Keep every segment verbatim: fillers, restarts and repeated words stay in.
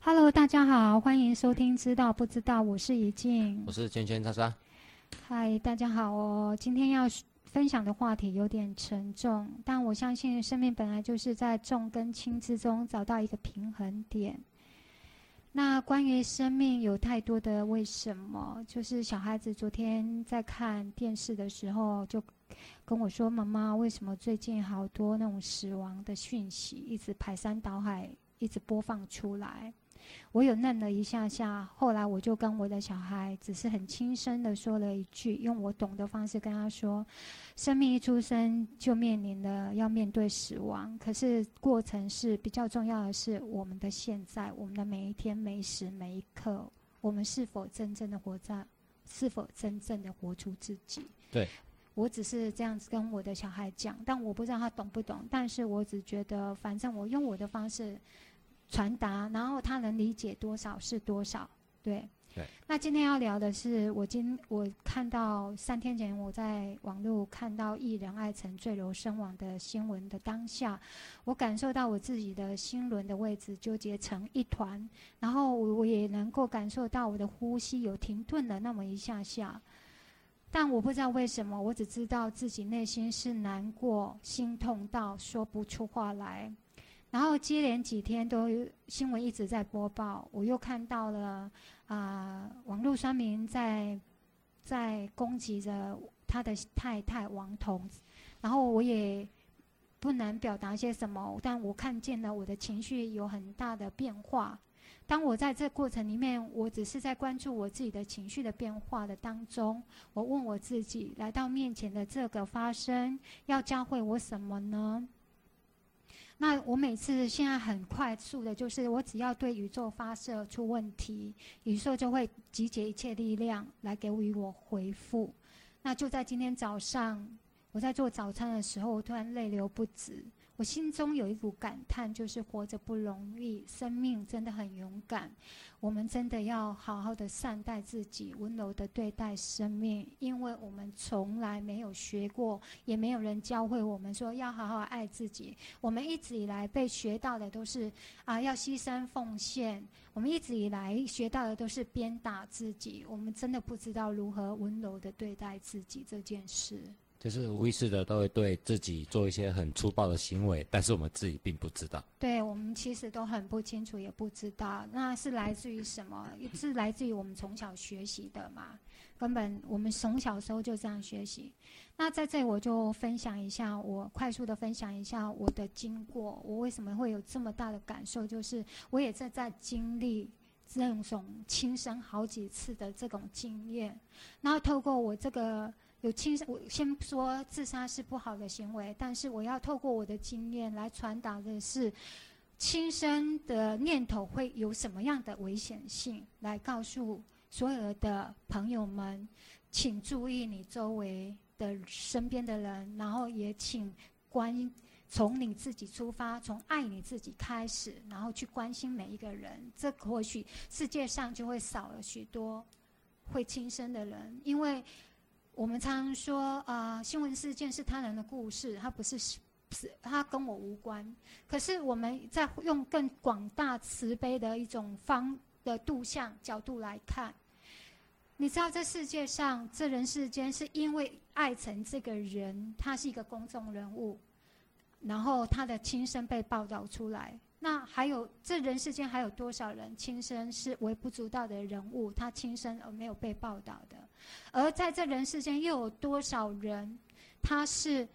Hello， 大家好，欢迎收听知道不知道，我是怡静， 我是圈圈叉叉。 嗨，大家好哦。今天要分享的话题有点沉重，但我相信生命本来就是在重跟轻之中找到一个平衡点。那关于生命有太多的为什么，就是小孩子昨天在看电视的时候就跟我说，妈妈，为什么最近好多那种死亡的讯息一直排山倒海一直播放出来。我有愣了一下下，后来我就跟我的小孩只是很轻声的说了一句，用我懂的方式跟他说，生命一出生就面临了要面对死亡，可是过程是比较重要的是我们的现在，我们的每一天每时每一刻，我们是否真正的活在，是否真正的活出自己。 对， 我只是这样子跟我的小孩讲，但我不知道他懂不懂，但是我只觉得反正我用我的方式传达，然后他能理解多少是多少。对， 对。 那今天要聊的是，我今我看到三天前我在网络看到艺人艾成坠楼身亡的新闻的当下，我感受到我自己的心轮的位置纠结成一团，然后我也能够感受到我的呼吸有停顿了那么一下下，但我不知道为什么，我只知道自己内心是难过、心痛到说不出话来。然后接连几天都新闻一直在播报，我又看到了啊、呃，网络酸民在在攻击着他的太太王彤，然后我也不能表达些什么，但我看见了我的情绪有很大的变化。当我在这过程里面，我只是在关注我自己的情绪的变化的当中，我问我自己，来到面前的这个发生，要教会我什么呢？那我每次现在很快速的，就是我只要对宇宙发射出问题，宇宙就会集结一切力量来给予我回复。那就在今天早上，我在做早餐的时候，我突然泪流不止。我心中有一股感叹，就是活着不容易，生命真的很勇敢。我们真的要好好的善待自己，温柔的对待生命，因为我们从来没有学过，也没有人教会我们说要好好爱自己。我们一直以来被学到的都是啊，要牺牲奉献。我们一直以来学到的都是鞭打自己，我们真的不知道如何温柔的对待自己这件事。 就是无意识的都会对自己做一些很粗暴的行为，但是我们自己并不知道。 对，我们其实都很不清楚，也不知道，那是来自于什么？是来自于我们从小学习的嘛？根本我们从小时候就这样学习。那在这里我就分享一下，我快速的分享一下我的经过，我为什么会有这么大的感受，就是我也在在经历这种轻生好几次的这种经验，然后透过我这个。有轻生，我先说自杀是不好的行为，但是我要透过我的经验来传达的是，轻生的念头会有什么样的危险性，来告诉所有的朋友们，请注意你周围的身边的人，然后也请关从你自己出发，从爱你自己开始，然后去关心每一个人，这或许世界上就会少了许多会轻生的人，因为。我们常常说，啊、呃，新闻事件是他人的故事，它不是，是它跟我无关。可是我们在用更广大慈悲的一种方的度向角度来看，你知道，这世界上这人世间是因为艾成这个人，他是一个公众人物，然后他的轻生被报道出来。那还有这人世间还有多少人轻生是微不足道的人物，他轻生而没有被报道的？而在这人世间又有多少人，他是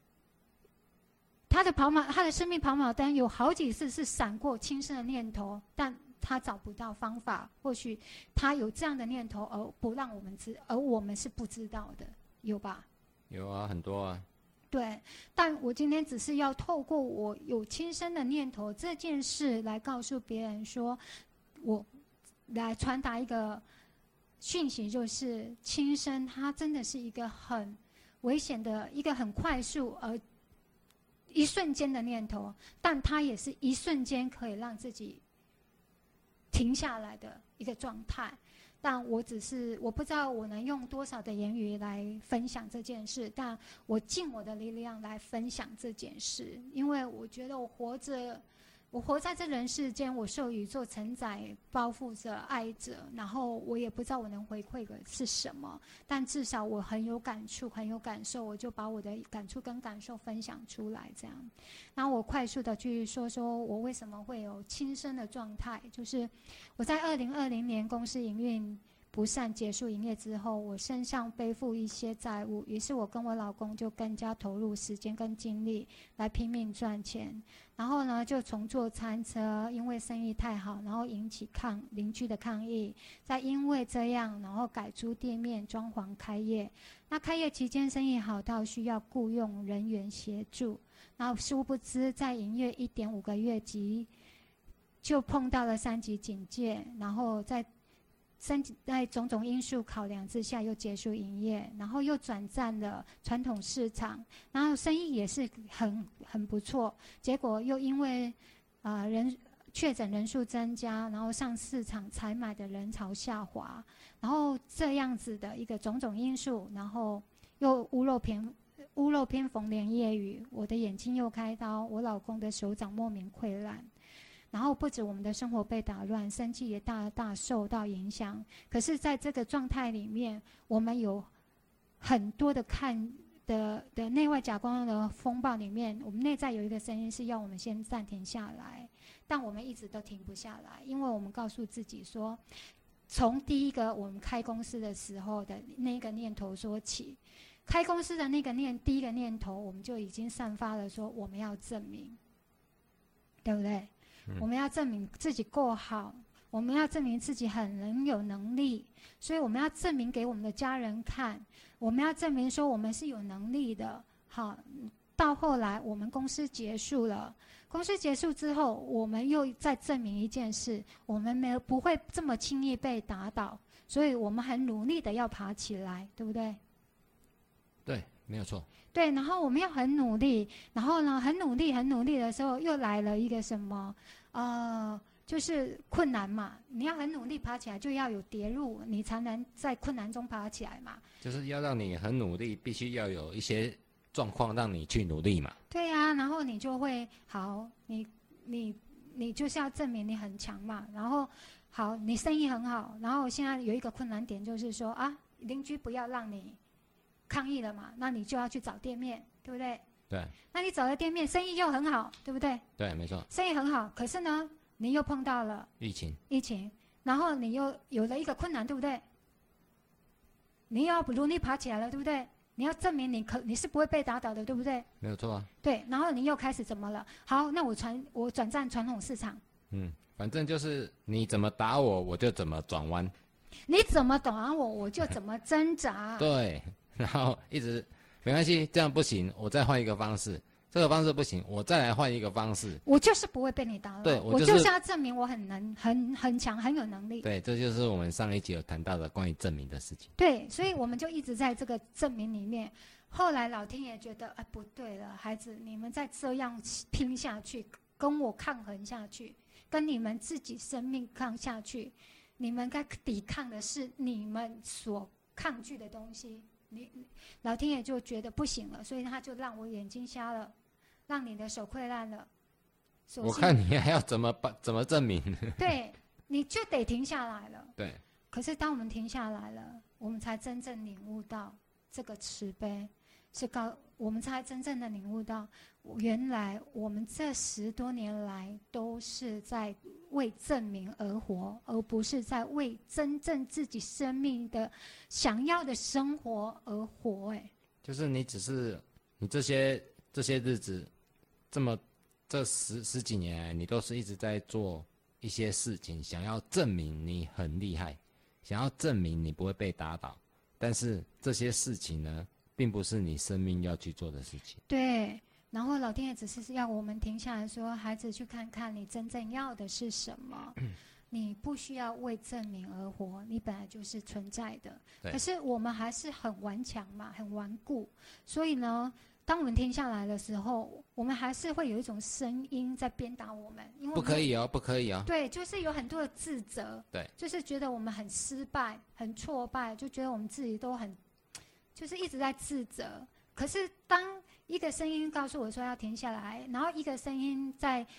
他的跑马，他的生命跑马灯有好几次是闪过轻生的念头，但他找不到方法，或许他有这样的念头而不让我们知，而我们是不知道的，有吧？ 有啊，很多啊。 对，但我今天只是要透过我有轻生的念头这件事来告诉别人说，我来传达一个讯息，就是轻生它真的是一个很危险的一个很快速而一瞬间的念头，但它也是一瞬间可以让自己停下来的一个状态。但我只是我不知道我能用多少的言语来分享这件事，但我尽我的力量来分享这件事，因为我觉得我活着我活在这人世间，我受宇宙承载、包覆着、爱着，然后我也不知道我能回馈的是什么，但至少我很有感触、很有感受，我就把我的感触跟感受分享出来，这样。然后我快速的去说说我为什么会有轻生的状态，就是我在二零二零年公司营运不善结束营业之后，我身上背负一些债务，于是我跟我老公就更加投入时间跟精力来拼命赚钱。然后呢，就重做餐车，因为生意太好，然后引起抗邻居的抗议。再因为这样，然后改租店面、装潢开业。那开业期间生意好到需要雇佣人员协助，然后殊不知在营业一点五个月即就碰到了三级警戒，然后在三在种种因素考量之下，又结束营业，然后又转战了传统市场，然后生意也是很很不错。结果又因为啊、呃、人确诊人数增加，然后上市场采买的人潮下滑，然后这样子的一个种种因素，然后又屋漏偏屋漏偏逢连夜雨，我的眼睛又开刀，我老公的手掌莫名溃烂。然后不止我们的生活被打乱，生计也大大受到影响。可是在这个状态里面，我们有很多的看的的内外假光的风暴里面，我们内在有一个声音是要我们先暂停下来，但我们一直都停不下来，因为我们告诉自己说，从第一个我们开公司的时候的那个念头说起，开公司的那个念第一个念头，我们就已经散发了说我们要证明，对不对？我们要证明自己够好，我们要证明自己很能有能力，所以我们要证明给我们的家人看，我们要证明说我们是有能力的。好，到后来我们公司结束了，公司结束之后，我们又再证明一件事，我们没有不会这么轻易被打倒，所以我们很努力的要爬起来，对不对？ 对，没有错。 对，然后我们要很努力，然后呢，很努力、很努力的时候，又来了一个什么？呃，就是困难嘛。你要很努力爬起来，就要有跌入，你才能在困难中爬起来嘛。 就是要让你很努力，必须要有一些状况让你去努力嘛。 对啊，然后你就会好，你你你就是要证明你很强嘛。然后好，你生意很好，然后现在有一个困难点就是说啊，邻居不要让你抗议了嘛，那你就要去找店面，对不对？ 对。 那你找了店面，生意又很好，对不对？ 对，没错。 生意很好，可是呢，你又碰到了疫情。 疫情，然后你又有了一个困难，对不对？你又要努力爬起来了，对不对？你要证明你可你是不会被打倒的，对不对？ 没有错啊。 对，然后你又开始怎么了？好，那我传我转战传统市场。 嗯，反正就是你怎么打我，我就怎么转弯。 你怎么打我，我就怎么挣扎。 对。然后一直没关系，这样不行，我再换一个方式，这个方式不行，我再来换一个方式。 我就是不会被你打扰。 对， 我、 就是、 我就是要证明我很能、很很强、很有能力。 对，这就是我们上一集有谈到的关于证明的事情。 对，所以我们就一直在这个证明里面。后来老天爷觉得，哎，不对了，孩子，你们再这样拼下去，跟我抗衡下去，跟你们自己生命抗下去，你们该抵抗的是你们所抗拒的东西。你老天爷就觉得不行了，所以他就让我眼睛瞎了，让你的手溃烂了。 我看你还要怎么办？怎么证明？ 对，你就得停下来了。 对。 可是当我们停下来了，我们才真正领悟到这个慈悲是告，我们才真正的领悟到，原来我们这十多年来都是在为证明而活，而不是在为真正自己生命的想要的生活而活。哎， 就是你只是你这些这些日子，这么这十十几年来，你都是一直在做一些事情，想要证明你很厉害，想要证明你不会被打倒。但是这些事情呢，并不是你生命要去做的事情。 对。然后老天爷只是要我们停下来说，孩子，去看看你真正要的是什么。你不需要为证明而活，你本来就是存在的。可是我们还是很顽强嘛，很顽固。所以呢，当我们停下来的时候，我们还是会有一种声音在鞭打我们，因为我们不可以哦，不可以哦。 对，就是有很多的自责。 对， 就是觉得我们很失败、很挫败，就觉得我们自己都很，就是一直在自责。可是当一个声音告诉我说要停下来，然后一个声音在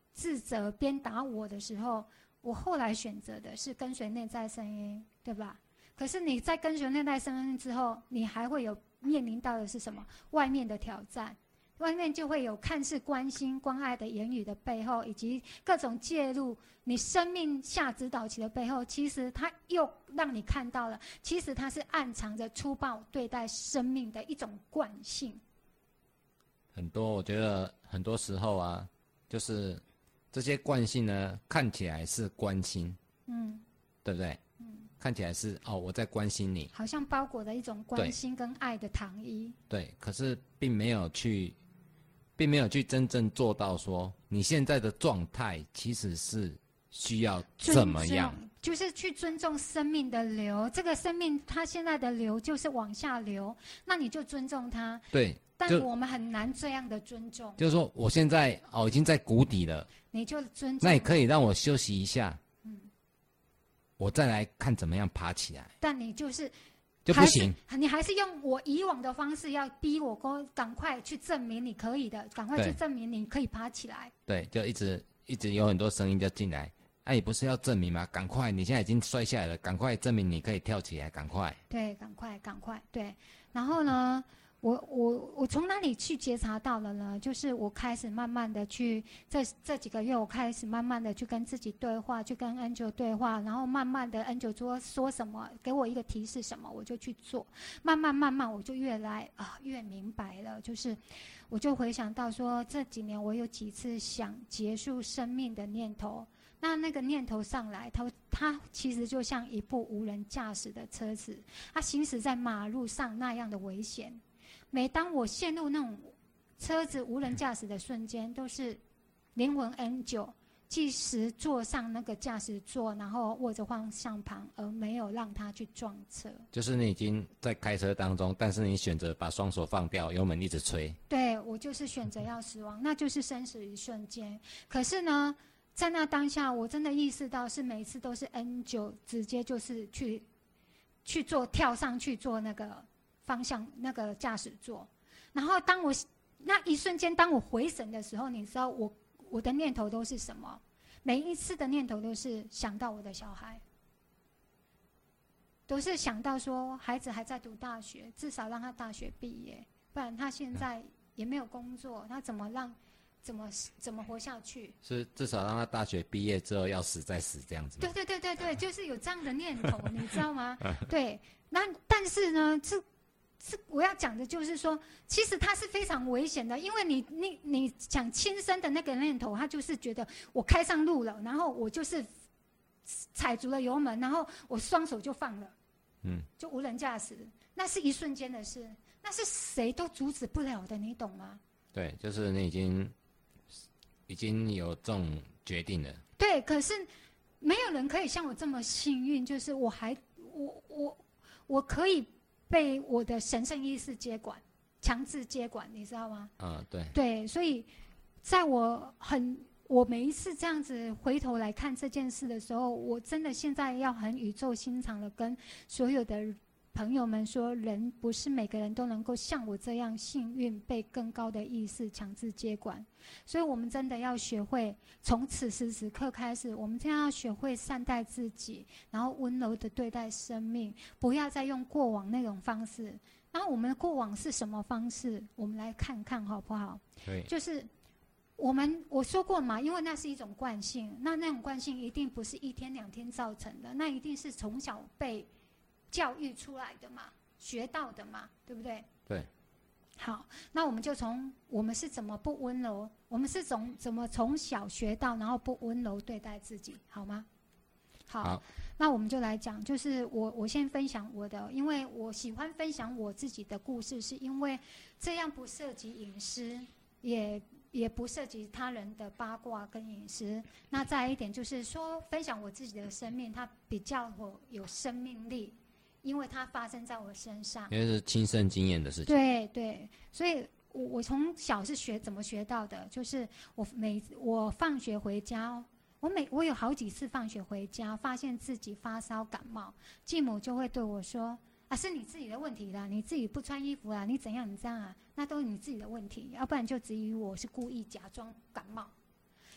自责、鞭打我的时候，我后来选择的是跟随内在声音，对吧？可是你在跟随内在声音之后，你还会有面临到的是什么？外面的挑战，外面就会有看似关心、关爱的言语的背后，以及各种介入你生命下指导期的背后，其实它又让你看到了，其实它是暗藏着粗暴对待生命的一种惯性。 很多我觉得很多时候啊，就是这些惯性呢，看起来是关心，嗯，对不对？嗯，看起来是哦我在关心你， 好像包裹的一种关心跟爱的糖衣。 对，可是并没有去，并没有去真正做到说你现在的状态其实是需要怎么样？ 就是去尊重生命的流，这个生命它现在的流就是往下流，那你就尊重它。 对。 但我们很难这样的尊重， 就是说我现在哦已经在谷底了， 你就尊重， 那也可以让我休息一下，嗯，我再来看怎么样爬起来。 但你就是就不行， 你还是用我以往的方式要逼我赶快去证明你可以的，赶快去证明你可以爬起来。 对，就一直一直有很多声音就进来，那、啊、也不是要证明嘛，赶快，你现在已经摔下来了，赶快证明你可以跳起来，赶快。 对，赶快，赶快，对，然后呢？我我我从哪里去觉察到了呢？就是我开始慢慢的去这这几个月，我开始慢慢的去跟自己对话，去跟 Angel 对话，然后慢慢的 Angel 说说什么，给我一个提示什么，我就去做。慢慢慢慢，我就越来啊越明白了。就是我就回想到说，这几年我有几次想结束生命的念头，那那个念头上来，它它其实就像一部无人驾驶的车子，它行驶在马路上那样的危险。每当我陷入那种车子无人驾驶的瞬间，都是灵魂 Angel 即时坐上那个驾驶座，然后握着方向盘，而没有让他去撞车。 就是你已经在开车当中，但是你选择把双手放掉，油门一直吹。 对，我就是选择要死亡，那就是生死一瞬间。可是呢，在那当下，我真的意识到是每一次都是 Angel 直接就是去去做跳上去做那个方向那个驾驶座，然后当我那一瞬间，当我回神的时候，你知道我我的念头都是什么？每一次的念头都是想到我的小孩，都是想到说孩子还在读大学，至少让他大学毕业，不然他现在也没有工作，他怎么让怎么怎么活下去？ 是至少让他大学毕业之后要死再死这样子吗？ 对对对对对，就是有这样的念头，你知道吗？对，那但是呢，这。是我要讲的，就是说，其实它是非常危险的，因为你你你想轻生的那个念头，他就是觉得我开上路了，然后我就是踩足了油门，然后我双手就放了，嗯，就无人驾驶，那是一瞬间的事，那是谁都阻止不了的，你懂吗？ 对，就是你已经已经有这种决定了。 对，可是没有人可以像我这么幸运，就是我还我我我可以。被我的神圣意识接管，强制接管，你知道吗？ 嗯，对。 对，所以在我很，我每一次这样子回头来看这件事的时候，我真的现在要很语重心长的跟所有的朋友们说，人不是每个人都能够像我这样幸运被更高的意识强制接管，所以我们真的要学会从此时此刻开始，我们真的要学会善待自己，然后温柔的对待生命，不要再用过往那种方式。然后我们的过往是什么方式？我们来看看好不好？ 对， 就是我们我说过嘛，因为那是一种惯性，那那种惯性一定不是一天两天造成的，那一定是从小被教育出来的嘛，学到的嘛，对不对？ 对。 好，那我们就从我们是怎么不温柔，我们是从怎么从小学到，然后不温柔对待自己，好吗？好， 好， 那我们就来讲，就是我我先分享我的，因为我喜欢分享我自己的故事，是因为这样不涉及隐私，也也不涉及他人的八卦跟隐私。那再来一点就是说，分享我自己的生命，它比较有生命力。因为它发生在我身上， 因为是亲身经验的事情。 对对，所以我我从小是学怎么学到的，就是我每我放学回家，我每我有好几次放学回家，发现自己发烧感冒，继母就会对我说：“啊，是你自己的问题啦，你自己不穿衣服啦，你怎样你这样啊，那都是你自己的问题，要不然就质疑我是故意假装感冒。”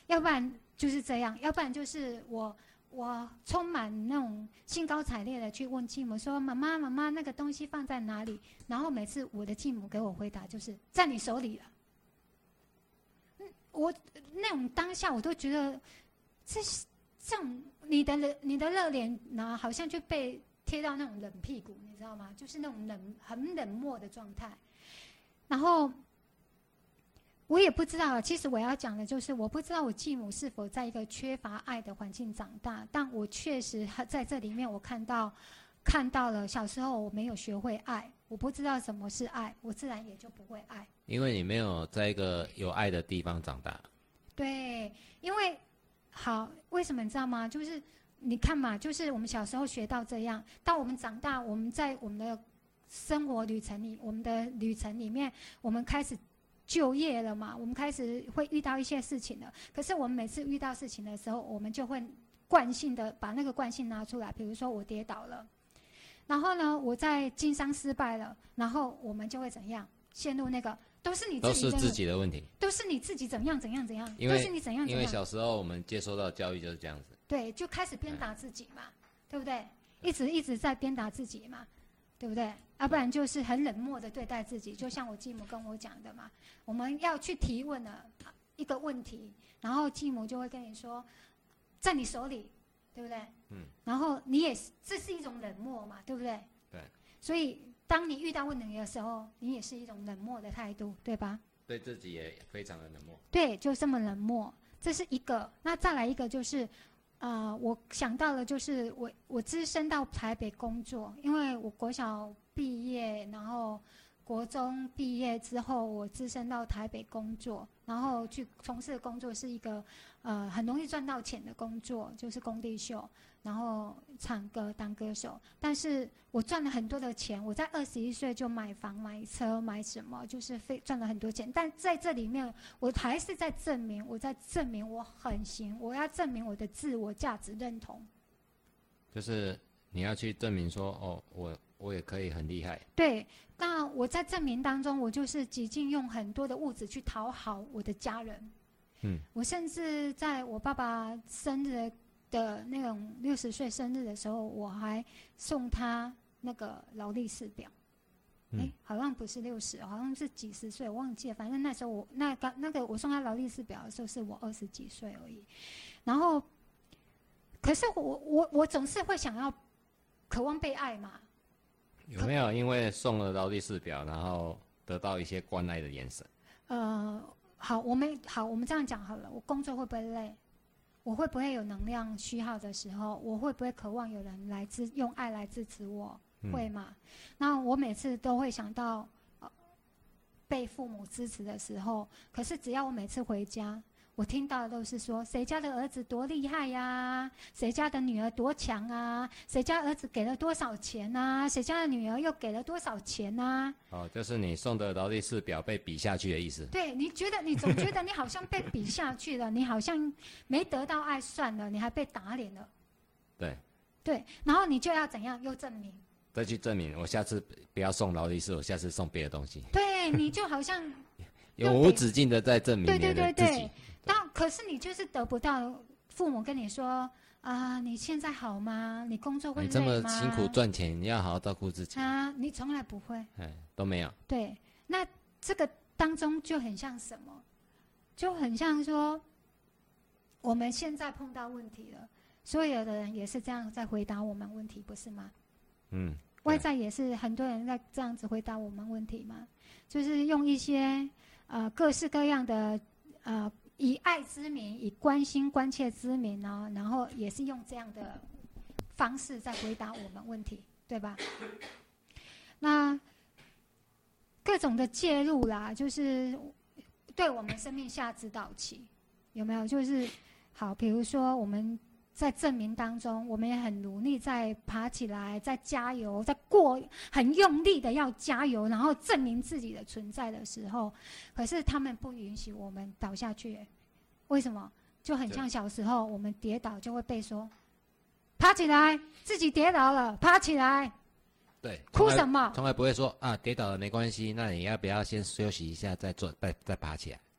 要不然就是这样，要不然就是我我充满那种兴高采烈的去问继母说：“妈妈，妈妈，那个东西放在哪里？”然后每次我的继母给我回答就是在你手里了。嗯，我那种当下我都觉得这这种你的你的热脸呢，好像就被贴到那种冷屁股，你知道吗？就是那种冷很冷漠的状态。然后我也不知道，其实我要讲的就是，我不知道我继母是否在一个缺乏爱的环境长大，但我确实在这里面我看到看到了小时候我没有学会爱，我不知道什么是爱，我自然也就不会爱。 因为你没有在一个有爱的地方长大。 对，因为好，为什么你知道吗？就是你看嘛，就是我们小时候学到这样，当我们长大，我们在我们的生活旅程里，我们的旅程里面，我们开始就业了嘛，我们开始会遇到一些事情了。可是我们每次遇到事情的时候，我们就会惯性的把那个惯性拿出来。比如说我跌倒了，然后呢，我在经商失败了，然后我们就会怎样？陷入那个都是你自己的， 都是自己的问题， 都是你自己怎样怎样怎样， 因为都是你怎样怎样。 因为小时候我们接收到教育就是这样子。 对，就开始鞭打自己嘛，对不对？一直一直在鞭打自己嘛，对不对？要不然就是很冷漠的对待自己，就像我继母跟我讲的嘛，我们要去提问了一个问题，然后继母就会跟你说，在你手里，对不对？嗯。然后你也是，这是一种冷漠嘛，对不对？ 对。 所以当你遇到问题的时候，你也是一种冷漠的态度，对吧？ 对自己也非常的冷漠。 对，就这么冷漠，这是一个。那再来一个就是。呃，我想到了，就是我我只身到台北工作，因为我国小毕业，然后国中毕业之后，我只身到台北工作，然后去从事的工作是一个呃很容易赚到钱的工作，就是工地秀，然后唱歌当歌手。但是我赚了很多的钱，我在二十一岁就买房买车买什么，就是非赚了很多钱。但在这里面，我还是在证明，我在证明我很行，我要证明我的自我价值认同。 就是你要去证明说，哦，我我也可以很厉害。 对，那我在证明当中，我就是极尽用很多的物质去讨好我的家人。嗯，我甚至在我爸爸生日的那种六十岁生日的时候，我还送他那个劳力士表。哎、嗯，好像不是六十，好像是几十岁，我忘记了。反正那时候我那个那个我送他劳力士表的时候，是我二十几岁而已。然后，可是我我我总是会想要渴望被爱嘛。 有没有因为送了劳力士表，然后得到一些关爱的眼神？ 呃，好，我们好，我们这样讲好了。我工作会不会累？我会不会有能量虚耗的时候？我会不会渴望有人来支用爱来支持我？嗯、会吗？那我每次都会想到、呃、被父母支持的时候，可是只要我每次回家，我听到的都是说谁家的儿子多厉害呀、啊，谁家的女儿多强啊，谁家儿子给了多少钱啊，谁家的女儿又给了多少钱啊。 哦，就是你送的劳力士表被比下去的意思。 对，你觉得你总觉得你好像被比下去了，你好像没得到爱算了，你还被打脸了。 对。 对，然后你就要怎样？又证明。 再去证明，我下次不要送劳力士，我下次送别的东西。 对，你就好像永无止境的在证明你的自己。 对对对对。但可是你就是得不到父母跟你说啊，你现在好吗？你工作会累吗？ 你这么辛苦赚钱，你要好好照顾自己啊！你从来不会， 哎，都没有。 对，那这个当中就很像什么？就很像说，我们现在碰到问题了，所有的人也是这样在回答我们问题，不是吗？嗯。外在也是很多人在这样子回答我们问题嘛，就是用一些呃各式各样的呃。以爱之名，以关心关切之名呢，然后也是用这样的方式在回答我们问题，对吧？那各种的介入啦，就是对我们生命下指导棋，有没有？就是好，比如说我们在证明当中，我们也很努力在爬起来，在加油，在过很用力的要加油，然后证明自己的存在的时候，可是他们不允许我们倒下去。为什么？就很像小时候我们跌倒就会被说爬起来，自己跌倒了爬起来。 对， 哭什么？ 从来不会说啊，跌倒了没关系，那你要不要先休息一下再做，再再爬起来？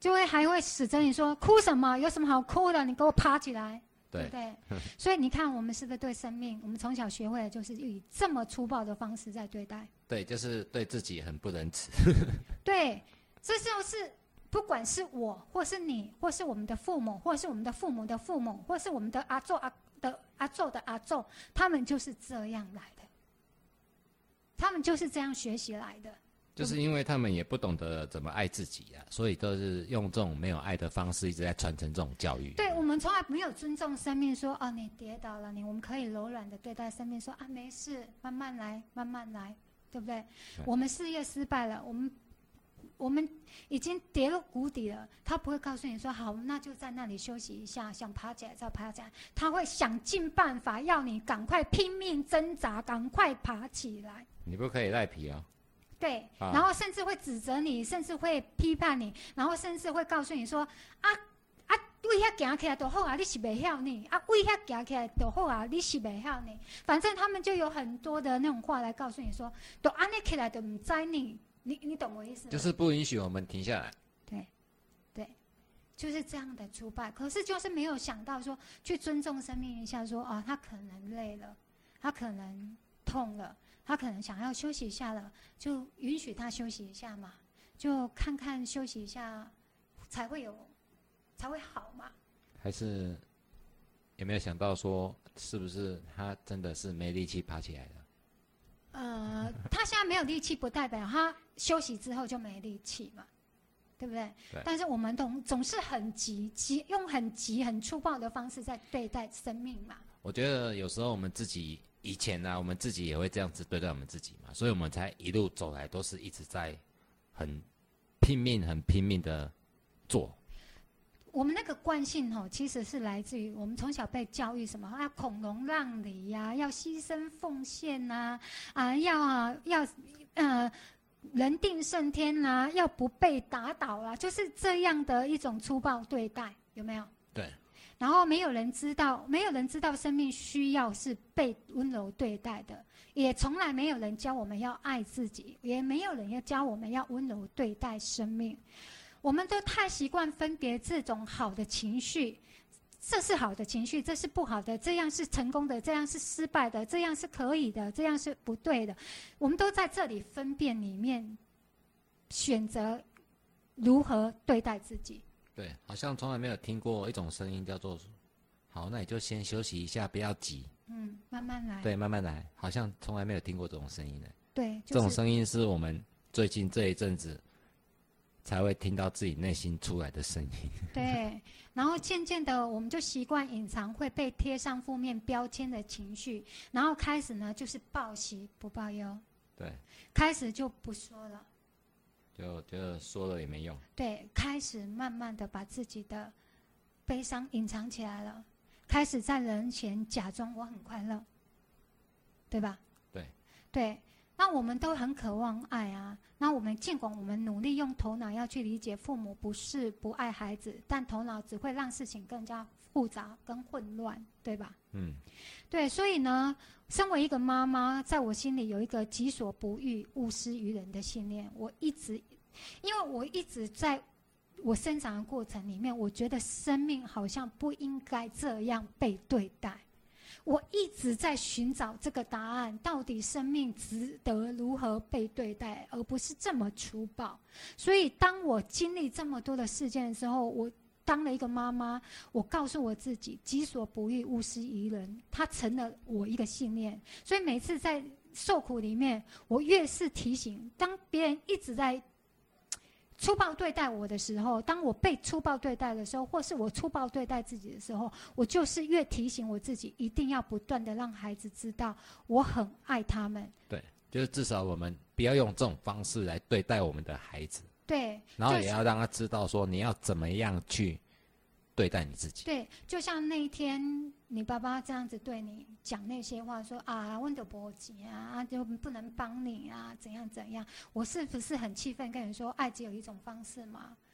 就会还会指着你说哭什么？有什么好哭的？你给我爬起来，对, 对不对？所以你看，我们是不是对生命，我们从小学会的就是以这么粗暴的方式在对待？ 对，就是对自己很不仁慈。 对，这就是不管是我，或是你，或是我们的父母，或是我们的父母的父母，或是我们的阿祖阿的阿祖的阿祖，他们就是这样来的，他们就是这样学习来的。 就是因为他们也不懂得怎么爱自己啊，所以都是用这种没有爱的方式一直在传承这种教育。 对，我们从来没有尊重生命说，哦，你跌倒了，你我们可以柔软的对待生命说，啊，没事，慢慢来，慢慢来，对不对？对，我们事业失败了，我们我们已经跌入谷底了，他不会告诉你说，好，那就在那里休息一下，想爬起来再爬起来，他会想尽办法要你赶快拼命挣扎，赶快爬起来。 你不可以赖皮哦。 对， 啊、 然后甚至会指责你，甚至会批判你，然后甚至会告诉你说：“啊啊，为遐行起来就好啊，你是袂晓呢；啊，为遐行起来就好啊，你是袂晓呢。”反正他们就有很多的那种话来告诉你说：“都安尼起来就唔知你，你你懂我意思吗？” 就是不允许我们停下来。 对，对，就是这样的挫败。可是就是没有想到说，去尊重生命一下说，说啊，他可能累了，他可能痛了。他可能想要休息一下了，就允许他休息一下嘛，就看看休息一下才会有，才会好嘛。 还是有没有想到说，是不是他真的是没力气爬起来了？ 呃，他现在没有力气，不代表他休息之后就没力气嘛，对不对？ 对。 但是我们总总是很急急，用很急、很粗暴的方式在对待生命嘛。 我觉得有时候我们自己。以前呢、啊，我们自己也会这样子对待我们自己嘛，所以我们才一路走来都是一直在很拼命、很拼命的做。 我们那个惯性吼、哦，其实是来自于我们从小被教育什么啊，孔融让梨呀、啊，要牺牲奉献呐、啊，啊，要啊要呃人定胜天呐、啊，要不被打倒啦、啊，就是这样的一种粗暴对待，有没有？ 对。 然后没有人知道，没有人知道生命需要是被温柔对待的，也从来没有人教我们要爱自己，也没有人要教我们要温柔对待生命。我们都太习惯分别这种好的情绪，这是好的情绪，这是不好的，这样是成功的，这样是失败的，这样是可以的，这样是不对的。我们都在这里分辨里面选择如何对待自己。 对，好像从来没有听过一种声音叫做“好，那你就先休息一下，不要急， 嗯，慢慢来。” 对，慢慢来，好像从来没有听过这种声音的。 对，就是、 这种声音是我们最近这一阵子才会听到自己内心出来的声音。 对，然后渐渐的，我们就习惯隐藏会被贴上负面标签的情绪，然后开始呢就是报喜不报忧。 对， 开始就不说了。 就觉得说了也没用。 对，开始慢慢的把自己的悲伤隐藏起来了，开始在人前假装我很快乐，对吧？ 对。 对，那我们都很渴望爱啊。那我们尽管我们努力用头脑要去理解父母不是不爱孩子，但头脑只会让事情更加复杂跟混乱，对吧？ 嗯。 对，所以呢，身为一个妈妈，在我心里有一个己所不欲，勿施于人的信念。我一直，因为我一直在我生长的过程里面，我觉得生命好像不应该这样被对待。我一直在寻找这个答案，到底生命值得如何被对待，而不是这么粗暴。所以，当我经历这么多的事件的时候，我当了一个妈妈，我告诉我自己，己所不欲，勿施于人，它成了我一个信念。所以每次在受苦里面，我越是提醒，当别人一直在粗暴对待我的时候，当我被粗暴对待的时候，或是我粗暴对待自己的时候，我就是越提醒我自己，一定要不断的让孩子知道我很爱他们。 对，就是至少我们不要用这种方式来对待我们的孩子。 对， 然后也要让他知道说你要怎么样去对待你自己。 对，就像那一天你爸爸这样子对你讲那些话，说啊，我就不急啊，就不能帮你啊，怎样怎样。我是不是很气愤，跟你说，爱只有一种方式嘛？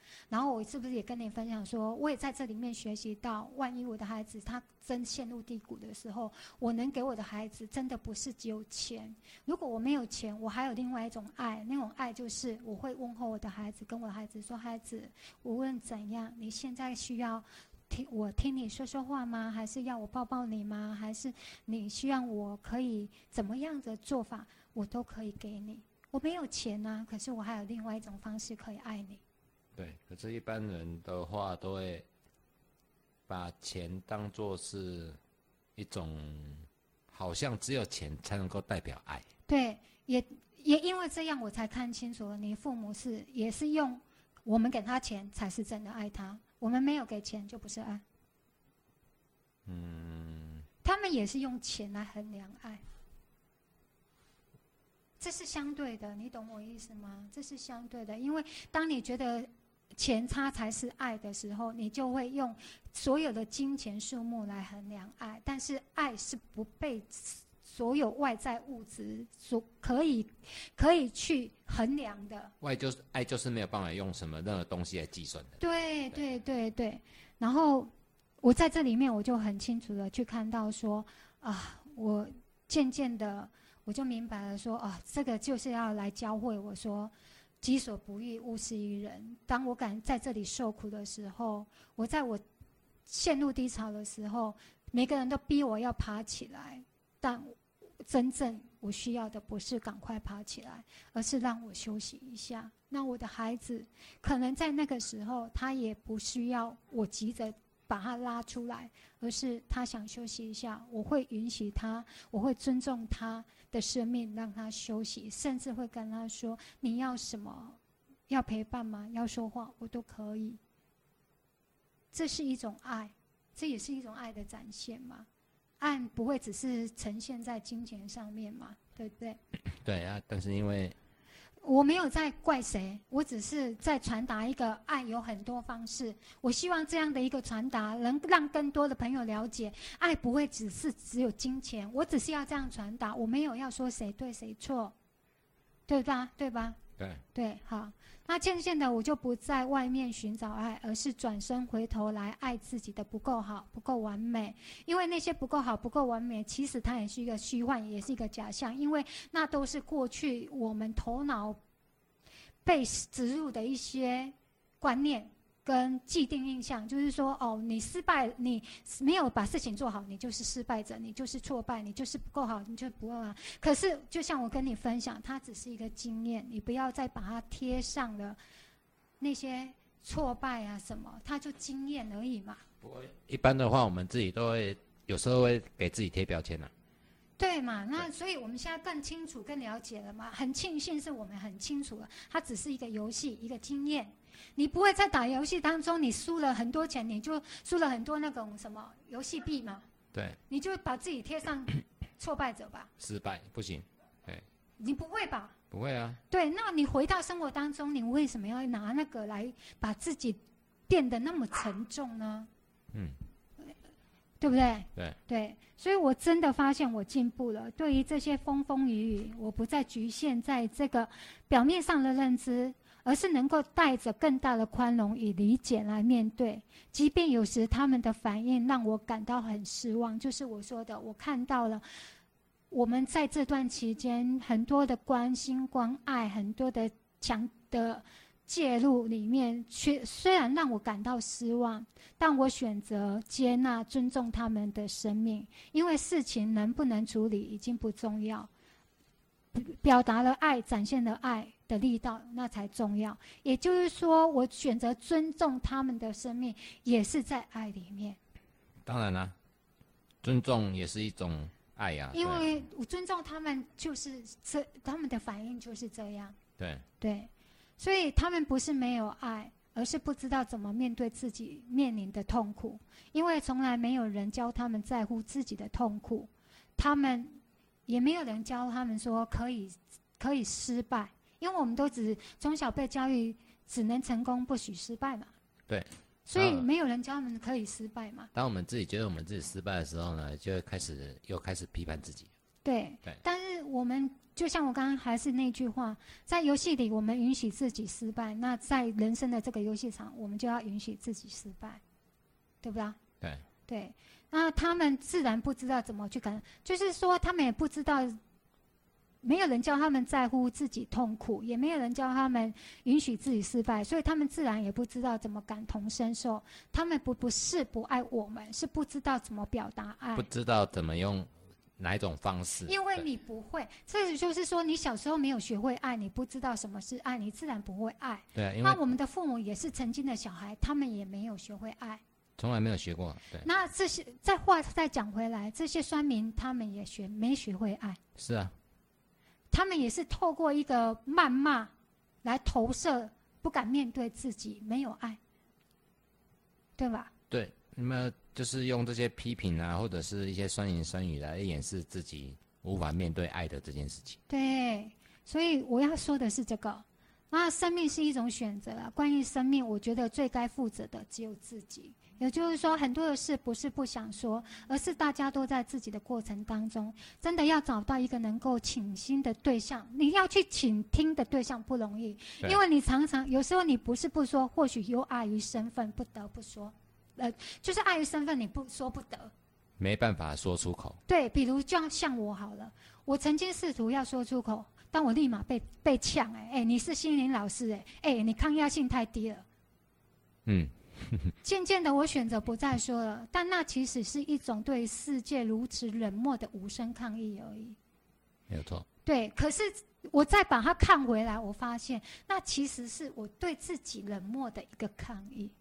然后我是不是也跟你分享说，我也在这里面学习到，万一我的孩子他真陷入低谷的时候，我能给我的孩子真的不是只有钱。如果我没有钱，我还有另外一种爱，那种爱就是我会问候我的孩子，跟我的孩子说，孩子，无论怎样，你现在需要听我听你说说话吗？还是要我抱抱你吗？还是你希望我可以怎么样的做法，我都可以给你。我没有钱啊，可是我还有另外一种方式可以爱你。 对，可是一般人的话都会把钱当作是一种，好像只有钱才能够代表爱。 对，也也因为这样，我才看清楚了，你父母是也是用我们给他钱才是真的爱他，我们没有给钱就不是爱。 嗯， 他们也是用钱来衡量爱。这是相对的，你懂我意思吗？这是相对的，因为当你觉得钱差才是爱的时候，你就会用所有的金钱数目来衡量爱，但是爱是不被所有外在物质所可以可以去衡量的。 爱就是爱，就是没有办法用什么任何东西来计算的。 对对对对，然后我在这里面我就很清楚的去看到说啊，我渐渐的。我就明白了说，啊，这个就是要来教会我说，己所不欲，勿施于人。当我敢在这里受苦的时候，我在我陷入低潮的时候，每个人都逼我要爬起来，但真正我需要的不是赶快爬起来，而是让我休息一下。那我的孩子可能在那个时候，他也不需要我急着把他拉出来，而是他想休息一下，我会允许他，我会尊重他的生命，让他休息，甚至会跟他说，你要什么，要陪伴吗？要说话，我都可以。这是一种爱，这也是一种爱的展现嘛。爱不会只是呈现在金钱上面嘛，对不对？ 对啊，但是因为我没有在怪谁，我只是在传达一个爱有很多方式。我希望这样的一个传达能让更多的朋友了解，爱不会只是只有金钱。我只是要这样传达，我没有要说谁对谁错，对吧？对吧？ 对对，好。那渐渐的，我就不在外面寻找爱，而是转身回头来爱自己的不够好、不够完美。因为那些不够好、不够完美，其实它也是一个虚幻，也是一个假象。因为那都是过去我们头脑被植入的一些观念跟既定印象，就是说，哦，你失败，你没有把事情做好，你就是失败者，你就是挫败，你就是不够好，你就不够好。可是，就像我跟你分享，它只是一个经验，你不要再把它贴上了那些挫败啊什么，它就经验而已嘛。 不过一般的话，我们自己都会有时候会给自己贴标签了、啊。 对嘛？那所以我们现在更清楚、更了解了嘛。很庆幸是我们很清楚了，它只是一个游戏，一个经验。你不会在打游戏当中，你输了很多钱，你就输了很多那种什么游戏币嘛？ 对。 你就把自己贴上挫败者吧？ 失败不行，对。 你不会吧？ 不会啊。 对，那你回到生活当中，你为什么要拿那个来把自己变得那么沉重呢？ 嗯。 对不对？ 对对，所以我真的发现我进步了。对于这些风风雨雨，我不再局限在这个表面上的认知，而是能够带着更大的宽容与理解来面对。即便有时他们的反应让我感到很失望，就是我说的，我看到了我们在这段期间很多的关心、关爱，很多的强的介入里面，虽然让我感到失望，但我选择接纳、尊重他们的生命，因为事情能不能处理已经不重要，表达了爱、展现了爱的力道，那才重要。也就是说，我选择尊重他们的生命，也是在爱里面。 当然啦、啊，尊重也是一种爱呀、啊。 因为我尊重他们，就是这他们的反应就是这样。 对对。所以他们不是没有爱，而是不知道怎么面对自己面临的痛苦，因为从来没有人教他们在乎自己的痛苦，他们也没有人教他们说可以可以失败，因为我们都只从小被教育只能成功不许失败嘛。 对。 所以没有人教他们可以失败嘛。 当我们自己觉得我们自己失败的时候呢，就会开始又开始批判自己。 对， 对但是我们就像我刚刚还是那句话，在游戏里我们允许自己失败，那在人生的这个游戏场，我们就要允许自己失败，对不对？ 对对，那他们自然不知道怎么去感，就是说他们也不知道，没有人教他们在乎自己痛苦，也没有人教他们允许自己失败，所以他们自然也不知道怎么感同身受。他们不不是不爱我们，是不知道怎么表达爱， 不知道怎么用哪一种方式。 因为你不会，这就是说你小时候没有学会爱，你不知道什么是爱，你自然不会爱。 对啊，因为那我们的父母也是曾经的小孩，他们也没有学会爱。 从来没有学过。对， 那这些再话再讲回来，这些酸民他们也学没学会爱， 是啊， 他们也是透过一个谩骂来投射，不敢面对自己没有爱，对吧？ 对，你们就是用这些批评啊，或者是一些酸言酸语来掩饰自己无法面对爱的这件事情。 对，所以我要说的是这个。那生命是一种选择啊，关于生命，我觉得最该负责的只有自己。也就是说，很多的事不是不想说，而是大家都在自己的过程当中，真的要找到一个能够倾心的对象。你要去倾听的对象不容易，因为你常常有时候你不是不说，或许又碍于身份不得不说，呃，就是碍于身份你不说不得， 没办法说出口。 对，比如就像我好了，我曾经试图要说出口，但我立马被被呛，哎哎，你是心灵老师，哎哎，你抗压性太低了。 嗯。 渐渐的，我选择不再说了，但那其实是一种对世界如此冷漠的无声抗议而已。 没有错。 对，可是我再把它看回来，我发现那其实是我对自己冷漠的一个抗议。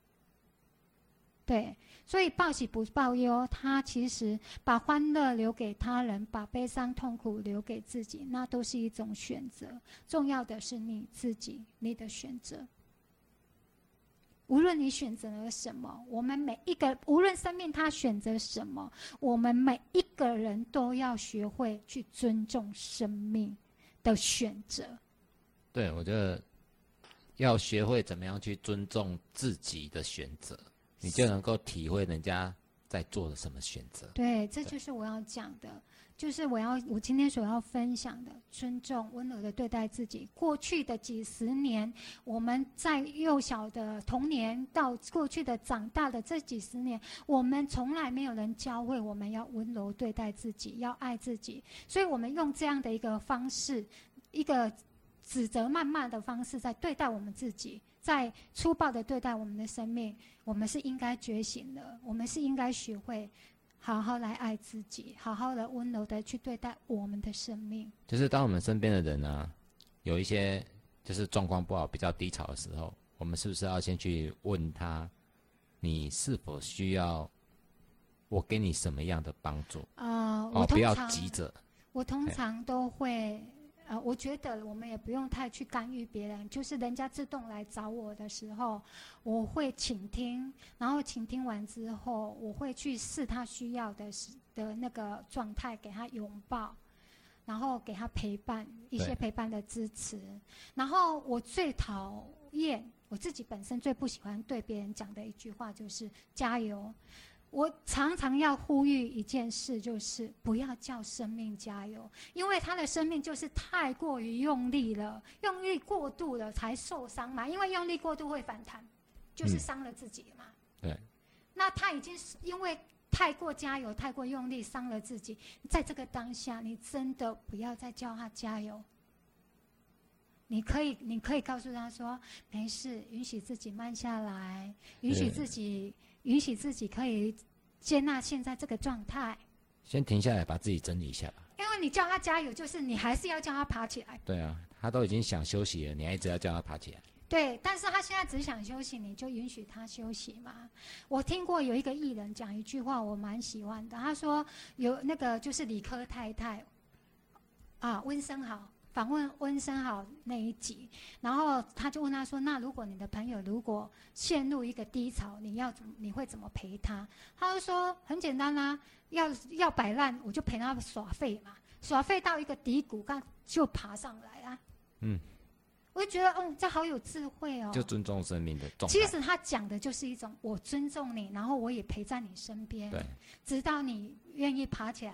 对，所以报喜不报忧，他其实把欢乐留给他人，把悲伤痛苦留给自己，那都是一种选择。重要的是你自己，你的选择。无论你选择了什么，我们每一个，无论生命他选择什么，我们每一个人都要学会去尊重生命的选择。 对，我觉得要学会怎么样去尊重自己的选择，你就能够体会人家在做的什么选择。 对，这就是我要讲的。就是我要我今天所要分享的，尊重、温柔的对待自己。过去的几十年，我们在幼小的童年到过去的长大的这几十年，我们从来没有人教会我们要温柔对待自己，要爱自己。所以我们用这样的一个方式，一个指责、谩骂的方式，在对待我们自己，在粗暴的对待我们的生命。我们是应该觉醒的，我们是应该学会好好来爱自己，好好的温柔的去对待我们的生命。 就是当我们身边的人啊，有一些就是状况不好、比较低潮的时候，我们是不是要先去问他，你是否需要我给你什么样的帮助？ 啊、呃， 哦， 我通常不要急着。 我通常都会。呃，我觉得我们也不用太去干预别人，就是人家自动来找我的时候，我会倾听，然后倾听完之后，我会去试他需要的的那个状态，给他拥抱，然后给他陪伴，一些陪伴的支持。然后我最讨厌，我自己本身最不喜欢对别人讲的一句话就是加油。我常常要呼吁一件事，就是不要叫生命加油，因为他的生命就是太过于用力了，用力过度了才受伤嘛。因为用力过度会反弹，就是伤了自己嘛。 嗯、对。 那他已经是因为太过加油、太过用力，伤了自己。在这个当下，你真的不要再叫他加油。你可以，你可以告诉他说：“没事，允许自己慢下来，允许自己。”允许自己可以接纳现在这个状态， 先停下来，把自己整理一下吧。 因为你叫他加油，就是你还是要叫他爬起来。 对啊，他都已经想休息了，你还一直要叫他爬起来。 对，但是他现在只想休息，你就允许他休息嘛。我听过有一个艺人讲一句话，我蛮喜欢的。他说有那个就是理科太太啊，温升豪。访问温升豪那一集，然后他就问他说：“那如果你的朋友如果陷入一个低潮，你要怎么你会怎么陪他？”他就说：“很简单啦、啊，要要摆烂，我就陪他耍废嘛，耍废到一个低谷，看就爬上来啊。”嗯，我就觉得，嗯，这好有智慧哦。 就尊重生命的状态。 其实他讲的就是一种我尊重你，然后我也陪在你身边， 对， 直到你愿意爬起来了。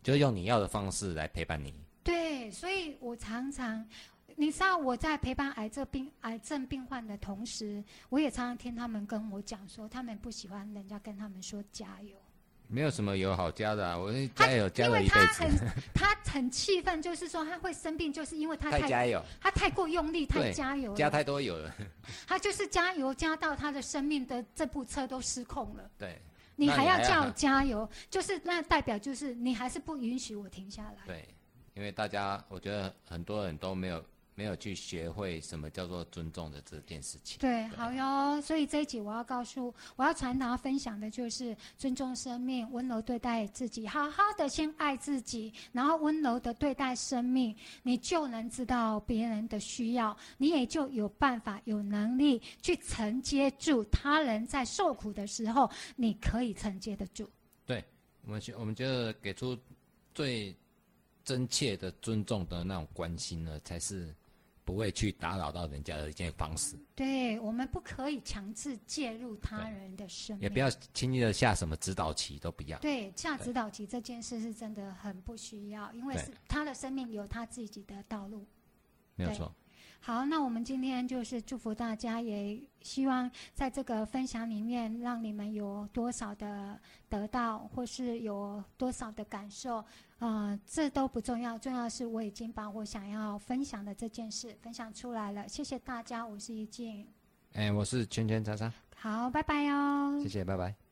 就用你要的方式来陪伴你。 对，所以我常常，你知道我在陪伴癌症病癌症病患的同时，我也常常听他们跟我讲说，他们不喜欢人家跟他们说加油。 没有什么油好加的啊，我加油加了一辈子。 因为他很他很气愤，就是说他会生病，就是因为他太加油， 他太过用力，太加油了， 加太多油了。 他就是加油加到他的生命的这部车都失控了。 对。 你还要叫我加油，就是那代表就是你还是不允许我停下来。 对，因为大家我觉得很多人都没有没有去学会什么叫做尊重的这件事情。 对，好哟。所以这一集我要告诉我要传达分享的就是尊重生命，温柔对待自己，好好的先爱自己，然后温柔的对待生命，你就能知道别人的需要，你也就有办法有能力去承接住他人在受苦的时候，你可以承接得住。 对，我们我们觉得给出最真切的尊重的那种关心呢，才是不会去打扰到人家的一件方式。 对，我们不可以强制介入他人的生命， 也不要轻易的下什么指导棋，都不要。 对，下指导棋这件事是真的很不需要，因为是他的生命有他自己的道路。 没有错。 好，那我们今天就是祝福大家，也希望在这个分享里面，让你们有多少的得到，或是有多少的感受，呃，这都不重要，重要的是我已经把我想要分享的这件事分享出来了。谢谢大家，我是怡静。 哎，我是圈圈叉叉。 好，拜拜哦。 谢谢，拜拜。